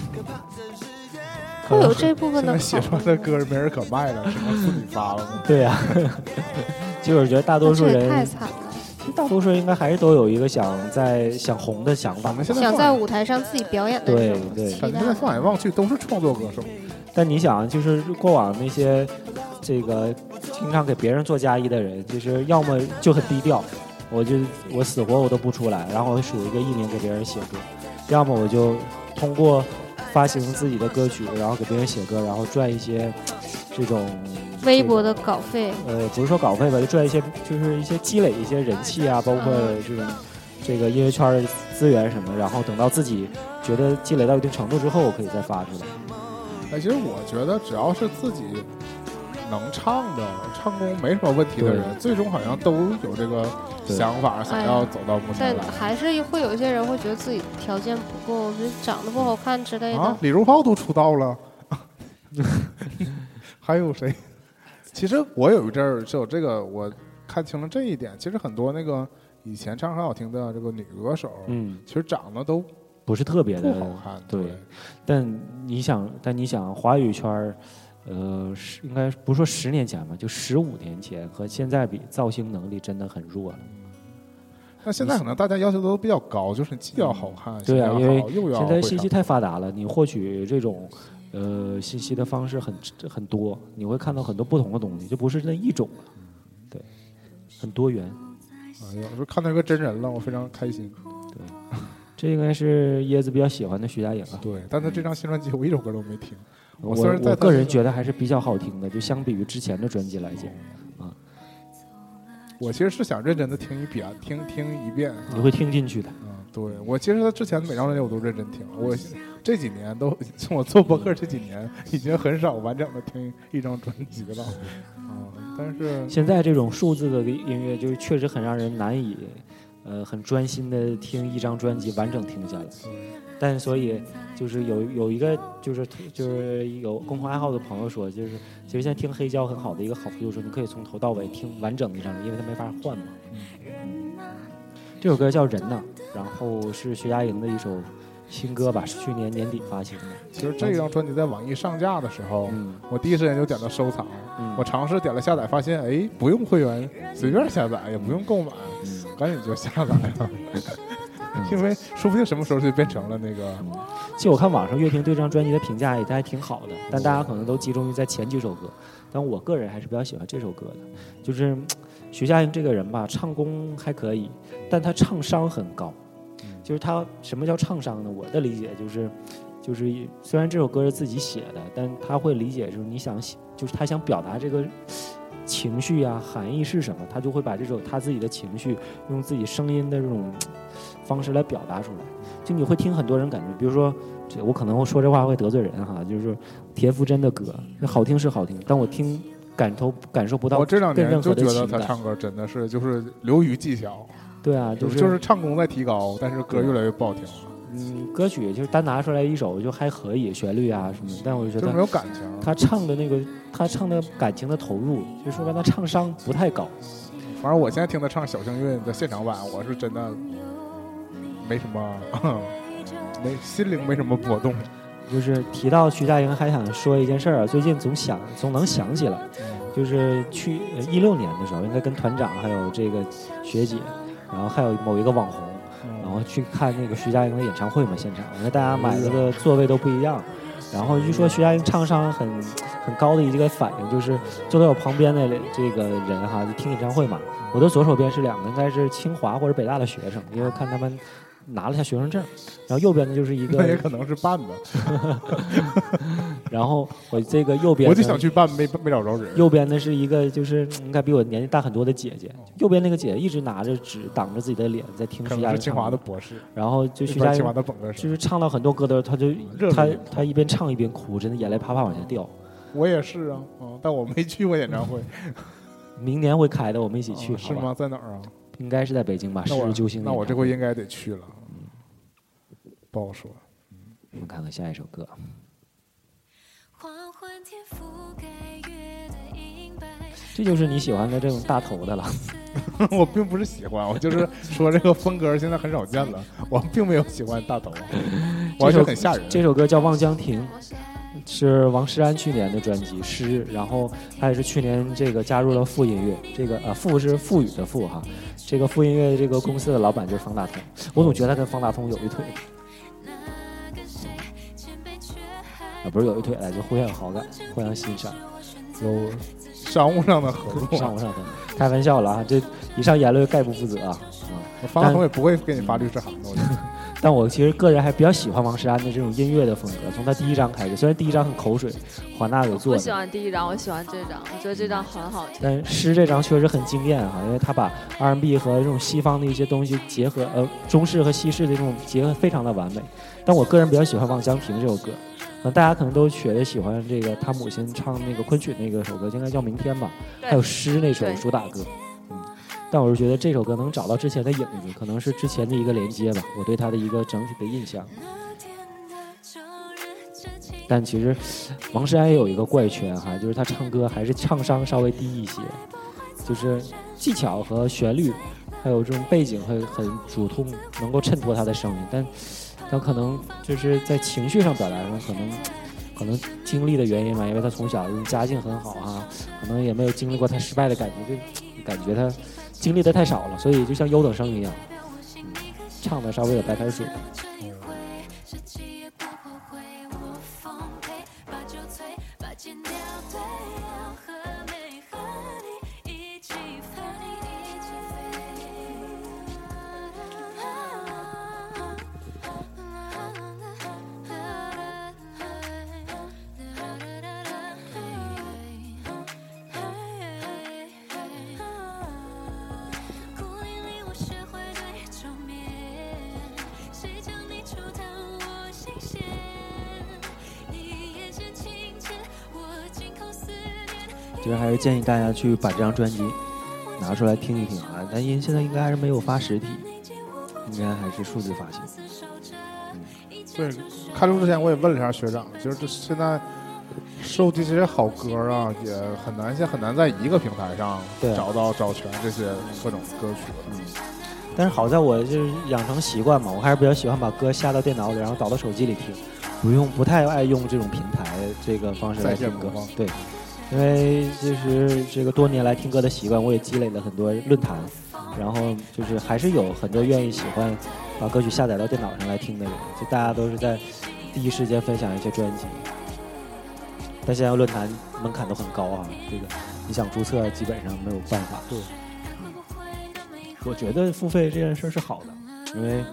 会有这部分的写出来的歌没人可卖了，只能自己发了吗？ 对呀、就是我觉得大多数人太惨了。 大多数人应该还是都有一个想红的想法， 想在舞台上自己表演的那种对， 现在放眼望去都是创作歌手。 但你想，就是过往那些这个经常给别人做嫁衣的人，就是要么就很低调，我死活我都不出来，然后我数一个艺名给别人写歌，要么我就通过发行自己的歌曲，然后给别人写歌，然后赚一些这种微薄的稿费。 不是说稿费吧，就赚一些，就是一些积累一些人气啊，包括这个音乐圈的资源什么，然后等到自己觉得积累到一定程度之后，我可以再发出来。 其实我觉得只要是自己能唱的，唱功没什么问题的人，最终好像都有这个想法，想要走到幕前来。 但还是会有一些人会觉得自己条件不够，就长得不好看之类的。 啊，李荣浩都出道了，还有谁？其实我有一阵儿是有这个，我看清了这一点。其实很多那个以前唱很好听的这个女歌手，其实长得都不是特别的不好看。 对，但你想，华语圈应该不是说10年前吧，就15年前和现在比，造星能力真的很弱了。 那现在可能大家要求都比较高，就是既要好看， 对啊，因为又要现在信息太发达了，你获取这种信息的方式很多，你会看到很多不同的东西，就不是那一种了，对，很多元。 哎呀，我看到一个真人了，我非常开心。 对，这应该是椰子比较喜欢的徐佳莹啊。 对，但他这张新专辑我一首歌都没听。 我虽然在个人觉得还是比较好听的，就相比于之前的专辑来讲，啊， 我其实是想认真的听一遍， 你会听进去的。 对，我其实他之前的每张专辑我都认真听了，我这几年都从我做播客这几年已经很少完整的听一张专辑了，但是现在这种数字的音乐就是确实很让人难以，很专心的听一张专辑完整听下来。但所以就是有一个就是有共同爱好的朋友说，就是其实现在听黑胶很好的一个好处就是说你可以从头到尾听完整的一张，因为它没法换嘛。这首歌叫《人》呢，然后是徐佳莹的一首新歌吧，是去年年底发行的。 其实这张专辑在网易上架的时候，我第一时间就点了收藏，我尝试点了下载，发现哎不用会员随便下载，也不用购买，赶紧就下载了。因为说不定什么时候就变成了那个。 其实我看网上乐评对这张专辑的评价也还挺好的，但大家可能都集中于在前几首歌，但我个人还是比较喜欢这首歌的。就是徐佳莹这个人吧，唱功还可以，但她唱商很高。就是她什么叫唱商呢？我的理解就是虽然这首歌是自己写的，但她会理解就是就是她想表达这个情绪啊含义是什么，她就会把这首她自己的情绪用自己声音的这种方式来表达出来。就你会听很多人感觉，比如说我可能说这话会得罪人哈，就是田馥甄的歌好听是好听，但我听感受不到。 我这2年就觉得他唱歌真的是就是流于技巧。 对啊， 就是唱功在提高，但是歌越来越不好听了。 歌曲就是单拿出来一首就还可以，旋律啊什么的，但我就觉得就没有感情。 他唱的感情的投入，就说白了唱商不太高。 反正我现在听他唱小幸运的现场版，我是真的没什么，心灵没什么波动。 就是提到徐佳莹，还想说一件事儿，最近总能想起来，就是去16年的时候，应该跟团长还有这个学姐，然后还有某一个网红，然后去看那个徐佳莹的演唱会嘛，现场，因为大家买的座位都不一样，然后据说徐佳莹唱商很高的一个反应，就是坐在我旁边的这个人哈，就听演唱会嘛，我的左手边是2个应该是清华或者北大的学生，因为看他们拿了一下学生证，然后右边的就是一个， 那也可能是办的。 然后我这个右边， 我就想去办，没找着人。 右边的是一个就是应该比我年纪大很多的姐姐，右边那个姐姐一直拿着纸挡着自己的脸在听徐佳莹唱。可能是清华的博士。 然后就徐佳莹清华的本科生， 就是唱到很多歌的时候，他一边唱一边哭，真的眼泪啪啪往下掉。 我也是啊，但我没去过演唱会。 明年会开的，我们一起去。 是吗？在哪儿啊？ 应该是在北京吧，世纪救星。 那我这回应该得去了。不好说。 我们看看下一首歌。这就是你喜欢的这种大头的了。 我并不是喜欢，我就是说这个风格现在很少见了，我并没有喜欢大头，我觉得很吓人。 这首歌叫《望江亭》，是王诗安去年的专辑《诗》，然后他也是去年这个加入了富音乐，这个富是富裕的富哈，这个富音乐这个公司的老板就是方大同，我总觉得他跟方大同有一腿。不是有一腿了，就互相有好感，互相欣赏， 有商务上的合作。 商务上的，开玩笑了啊！这以上言论概不负责啊。 方大同也不会给你发律师函的。 但我其实个人还比较喜欢王诗安的这种音乐的风格，从他第1张开始，虽然第1张很口水，华纳有做的。 我喜欢第1张，我喜欢这张，我觉得这张很好听。 但诗这张确实很惊艳哈，因为他把 R&B 和这种西方的一些东西结合，中式和西式的这种结合非常的完美。但我个人比较喜欢《望江亭》这首歌。大家可能都觉得喜欢这个他母亲唱那个昆曲那个首歌，应该叫《明天》吧，还有诗那首主打歌。但我是觉得这首歌能找到之前的影子，可能是之前的一个连接吧，我对他的一个整体的印象。但其实王诗安也有一个怪圈哈，就是他唱歌还是唱商稍微低一些，就是技巧和旋律还有这种背景会很主通，能够衬托他的声音，但可能就是在情绪上表达上可能经历的原因嘛，因为他从小家境很好啊，可能也没有经历过他失败的感觉，就感觉他经历的太少了，所以就像优等生一样，唱的稍微有白开水。 其实还是建议大家去把这张专辑拿出来听一听啊。但现在应该还是没有发实体，应该还是数字发行。 对，开录之前我也问了一下学长，就是这现在收集这些好歌啊，也现在很难在一个平台上找全这些各种歌曲。 但是好在我就是养成习惯嘛，我还是比较喜欢把歌下到电脑里，然后导到手机里听，不太爱用这种平台这个方式来听歌。对，因为就是这个多年来听歌的习惯，我也积累了很多论坛，然后就是还是有很多愿意喜欢把歌曲下载到电脑上来听的人，就大家都是在第一时间分享一些专辑。但现在论坛门槛都很高啊，这个你想注册基本上没有办法。对。我觉得付费这件事是好的，因为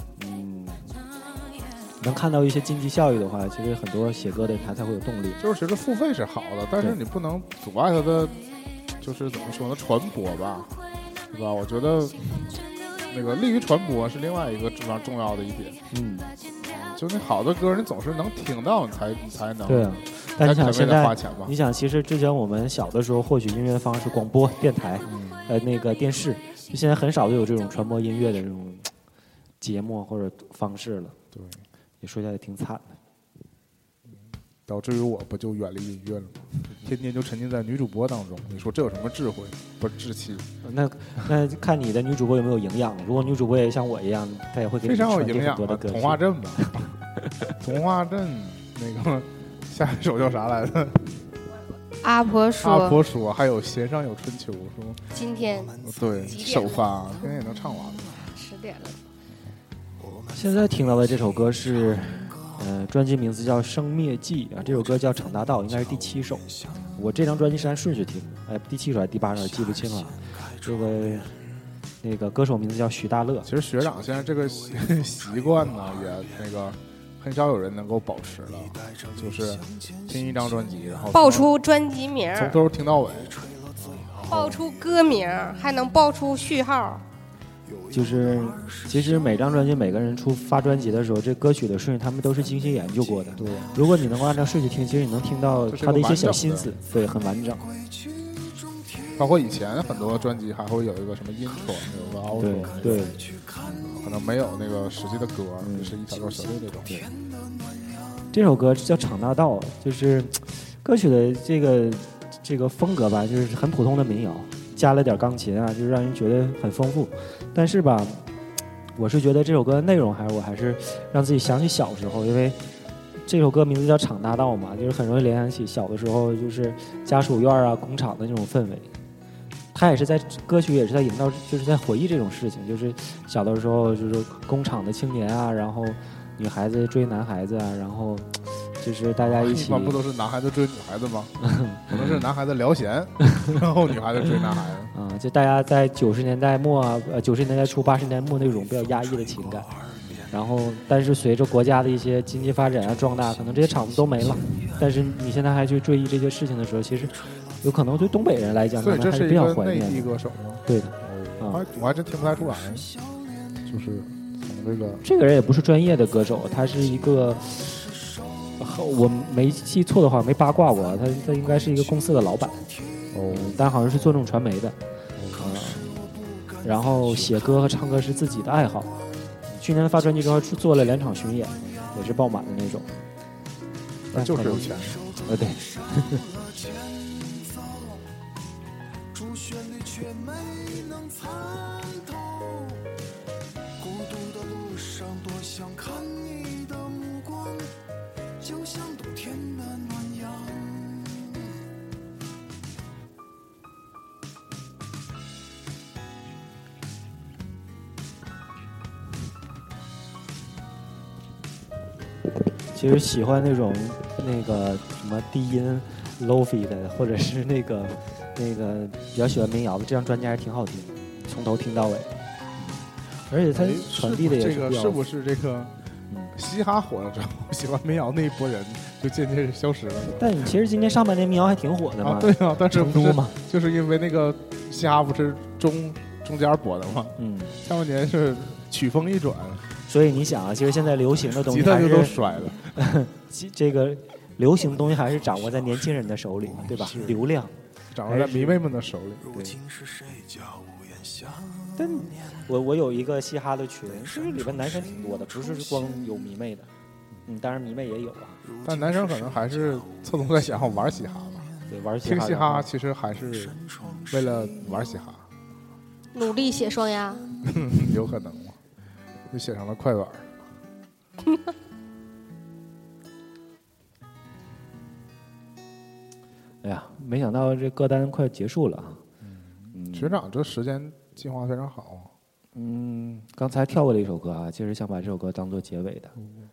能看到一些经济效益的话，其实很多写歌的人他才会有动力。 就是觉得付费是好的，但是你不能阻碍它的，就是怎么说呢，传播吧，对吧？我觉得那个利于传播是另外一个非常重要的一点。就那好的歌，你总是能听到，你才能。 对啊，但你想现在， 你想其实之前我们小的时候获取音乐方式，广播电台，那个电视。就现在很少有这种传播音乐的这种节目或者方式了。 对， 也说起来也挺惨的。 导致于我不就远离音乐了吗？天天就沉浸在女主播当中。你说这有什么智慧？不是志气。 那看你的女主播有没有营养。如果女主播也像我一样，她也会给你传递很多的歌曲。 童话镇吧，童话镇那个下一首叫啥来着？ 阿婆说， 还有弦上有春秋，是吗？ 今天对首发，今天也能唱完了。 10点了。 现在听到的这首歌是，专辑名字叫《生灭记》啊，这首歌叫《闯大道》，应该是第7首。我这张专辑是按顺序听的，第7首还是第8首记不清了。这个那个歌手名字叫许大乐。 其实学长现在这个习惯呢，也那个。很少有人能够保持了，就是听一张专辑，然后报出专辑名， 从头听到尾， 报出歌名，还能报出序号。 就是其实每张专辑每个人发专辑的时候，这歌曲的顺序他们都是精心研究过的。对，如果你能够按照顺序听，其实你能听到他的一些小心思，对，很完整。 包括以前很多专辑还会有一个什么 intro， 有个 outro， 对。 可能没有那个实际的歌，就是一小段小段那种。 这首歌叫《闯大道》，就是歌曲的这个风格吧，就是很普通的民谣，加了点钢琴啊，就是让人觉得很丰富。但是吧，我是觉得这首歌的内容我还是让自己想起小时候，因为这首歌名字叫《闯大道》嘛，就是很容易联想起小的时候，就是家属院啊、工厂的那种氛围。他也是在歌曲也是在营造，就是在回忆这种事情，就是小的时候就是工厂的青年啊，然后女孩子追男孩子啊，然后就是大家一起。 一般不都是男孩子追女孩子吗？可能是男孩子聊闲，然后女孩子追男孩子。 就大家在90年代末90年代初80年代末那种比较压抑的情感。然后，但是随着国家的一些经济发展啊壮大，可能这些厂子都没了。但是你现在还去追忆这些事情的时候，其实有可能对东北人来讲，他们还是比较怀念的。 内地歌手吗？ 对的。 我还真听不太出来，就是从这个人也不是专业的歌手，他是一个，我没记错的话，没八卦过，他应该是一个公司的老板。但好像是做这种传媒的。然后写歌和唱歌是自己的爱好。去年发专辑之后做了2场巡演，也是爆满的那种。 就是有钱。 对。其实喜欢那种什么低音 lofi 的，或者是那个比较喜欢民谣的，这张专辑还是挺好听的，从头听到尾。而且它传递的也是是不是这个嘻哈火了之后，喜欢民谣那一波人就渐渐消失了？ 但你其实今年上半年民谣还挺火的嘛。 对啊，但是成都嘛， 就是因为那个嘻哈不是中间播的嘛，下半年是曲风一转。 所以你想啊，其实现在流行的东西吉他就都甩了， 这个流行的东西还是掌握在年轻人的手里，对吧？流量， 掌握在迷妹们的手里。 对。但我有一个嘻哈的群，其实里边男生挺多的，不是光有迷妹的。当然迷妹也有啊。 但男生可能还是侧重在想要玩嘻哈吧。 对，玩嘻哈。 听嘻哈其实还是为了玩嘻哈。 努力写双押。 有可能吗？就写成了快板。 哎呀，没想到这歌单快结束了。 学长这时间计划非常好。 刚才跳过了一首歌啊，其实想把这首歌当做结尾的。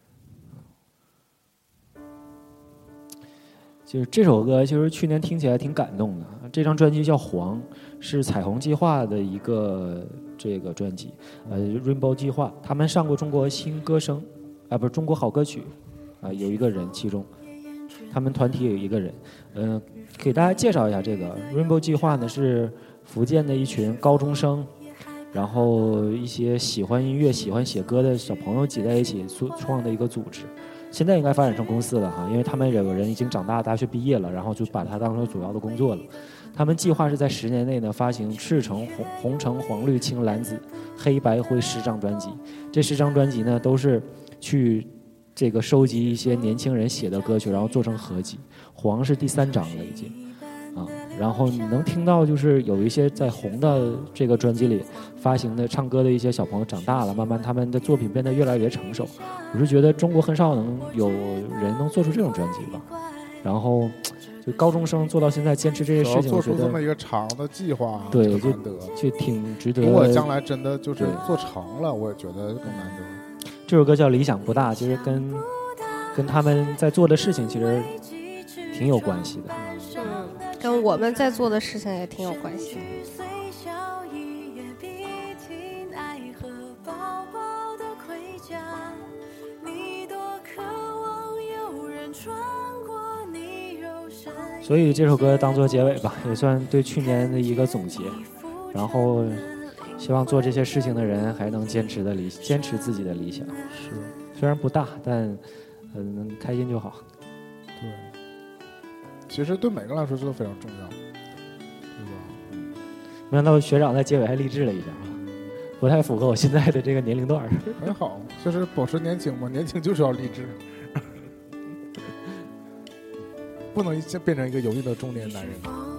就是这首歌，其实去年听起来挺感动的。这张专辑叫《黄》，是彩虹计划的一个这个专辑，Rainbow 计划，他们上过中国新歌声，不是中国好歌曲，有一个人其中，他们团体有一个人，给大家介绍一下这个 Rainbow 计划呢，是福建的一群高中生，然后一些喜欢音乐、喜欢写歌的小朋友挤在一起创的一个组织。现在应该发展成公司了哈，因为他们有人已经长大，大学毕业了，然后就把它当成主要的工作了。他们计划是在10年内呢发行赤橙红橙黄绿青蓝紫黑白灰10张专辑。这10张专辑呢都是去这个收集一些年轻人写的歌曲，然后做成合集。黄是第3张了已经啊，然后你能听到就是有一些在红的这个专辑里发行的唱歌的一些小朋友长大了，慢慢他们的作品变得越来越成熟。我是觉得中国很少能有人能做出这种专辑吧，然后就高中生做到现在坚持这些事情， 做出这么一个长的计划， 对，就挺值得。 如果将来真的就是做成了，我也觉得更难得。 这首歌叫《理想不大》，其实跟他们在做的事情其实挺有关系的。 跟我们在做的事情也挺有关系。 所以这首歌当做结尾吧，也算对去年的一个总结。然后希望做这些事情的人还能坚持自己的理想。 是， 虽然不大，但开心就好。 对。其实对每个人来说这都非常重要，对吧？ 没想到学长在结尾还励志了一下，不太符合我现在的这个年龄段。 很好，就是保持年轻嘛，年轻就是要励志，不能变成一个油腻的中年男人。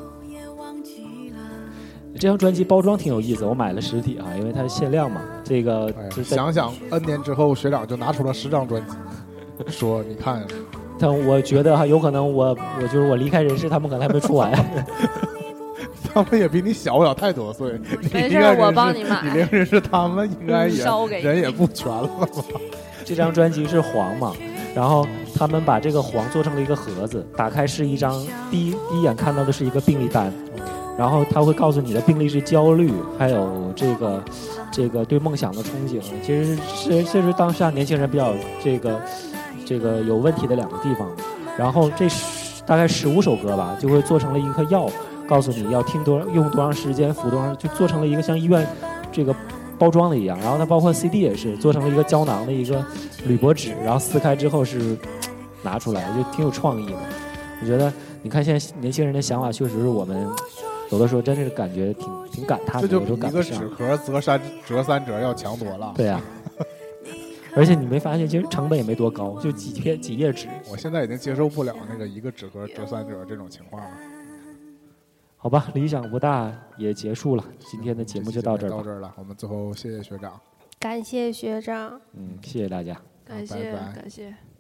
这张专辑包装挺有意思，我买了实体啊，因为它限量嘛。这个、 想想 N 年之后，学长就拿出了10张专辑，说你看。 但我觉得有可能我就是我离开人世，他们可能还没出完。 他们也比你小不了太多岁。 没事，我帮你买。 你离开人世，他们应该也人也不全了吧？ 这张专辑是黄嘛，然后他们把这个黄做成了一个盒子，打开是一张第一眼看到的是一个病历单，然后他会告诉你的病历是焦虑，还有这个对梦想的憧憬。其实是当下年轻人比较这个有问题的2个地方，然后这大概15首歌吧，就会做成了一颗药，告诉你要用多长时间，服多长，就做成了一个像医院这个包装的一样。然后它包括 CD 也是做成了一个胶囊的一个铝箔纸，然后撕开之后是拿出来，就挺有创意的。我觉得你看现在年轻人的想法，确实是我们有的时候真是感觉挺感叹的， 这就比一个纸壳折3折要强多了。 对呀。而且你没发现，其实成本也没多高，就几页纸。 我现在已经接受不了那个一个纸盒折3折这种情况了。 好吧，理想不大也结束了，今天的节目就到这儿了。我们最后谢谢学长， 感谢学长， 谢谢大家， 感谢。